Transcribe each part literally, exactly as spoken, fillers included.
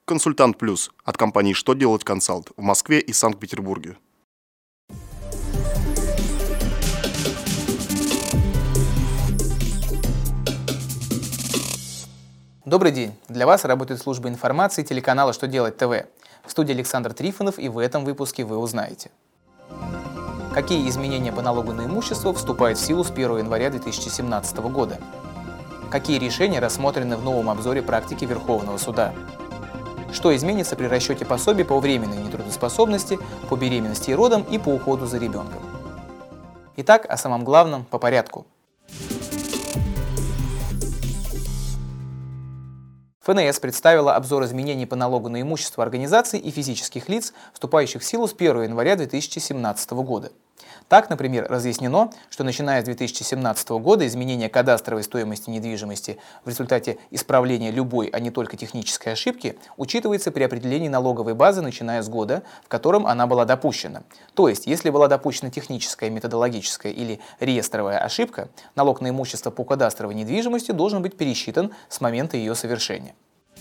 Консультант Плюс от компании «Что делать консалт» в Москве и Санкт-Петербурге. Добрый день! Для вас работает служба информации телеканала «Что делать ТВ». В студии Александр Трифонов, и в этом выпуске вы узнаете: какие изменения по налогу на имущество вступают в силу с первого января две тысячи семнадцатого года, какие решения рассмотрены в новом обзоре практики Верховного суда, что изменится при расчете пособий по временной нетрудоспособности, по беременности и родам и по уходу за ребенком. Итак, о самом главном по порядку. ФНС представила обзор изменений по налогу на имущество организаций и физических лиц, вступающих в силу с первого января две тысячи семнадцатого года. Так, например, разъяснено, что начиная с две тысячи семнадцатого года изменение кадастровой стоимости недвижимости в результате исправления любой, а не только технической ошибки, учитывается при определении налоговой базы, начиная с года, в котором она была допущена. То есть, если была допущена техническая, методологическая или реестровая ошибка, налог на имущество по кадастровой недвижимости должен быть пересчитан с момента ее совершения.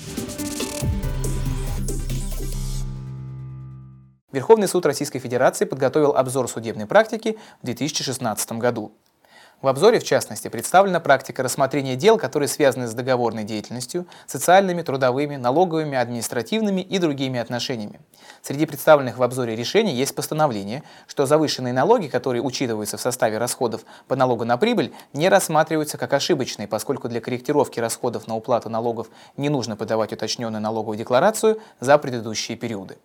Верховный суд Российской Федерации подготовил обзор судебной практики в две тысячи шестнадцатом году. В обзоре, в частности, представлена практика рассмотрения дел, которые связаны с договорной деятельностью, социальными, трудовыми, налоговыми, административными и другими отношениями. Среди представленных в обзоре решений есть постановление, что завышенные налоги, которые учитываются в составе расходов по налогу на прибыль, не рассматриваются как ошибочные, поскольку для корректировки расходов на уплату налогов не нужно подавать уточненную налоговую декларацию за предыдущие периоды.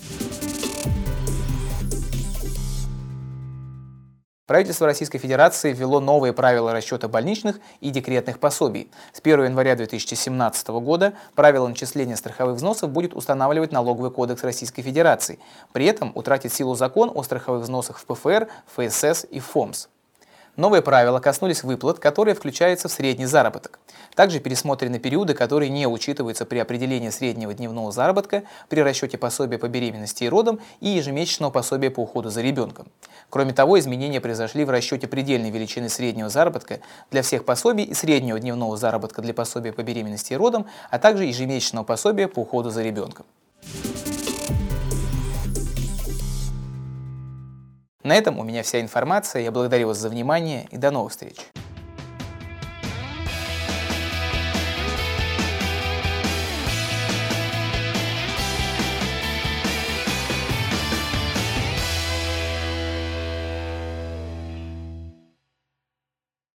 Правительство Российской Федерации ввело новые правила расчета больничных и декретных пособий. С первого января две тысячи семнадцатого года правила начисления страховых взносов будет устанавливать Налоговый кодекс Российской Федерации. При этом утратит силу закон о страховых взносах в ПФР, ФСС и ФОМС. Новые правила коснулись выплат, которые включаются в средний заработок. Также пересмотрены периоды, которые не учитываются при определении среднего дневного заработка, при расчете пособия по беременности и родам и ежемесячного пособия по уходу за ребенком. Кроме того, изменения произошли в расчете предельной величины среднего заработка для всех пособий и среднего дневного заработка для пособия по беременности и родам, а также ежемесячного пособия по уходу за ребенком. На этом у меня вся информация. Я благодарю вас за внимание и до новых встреч.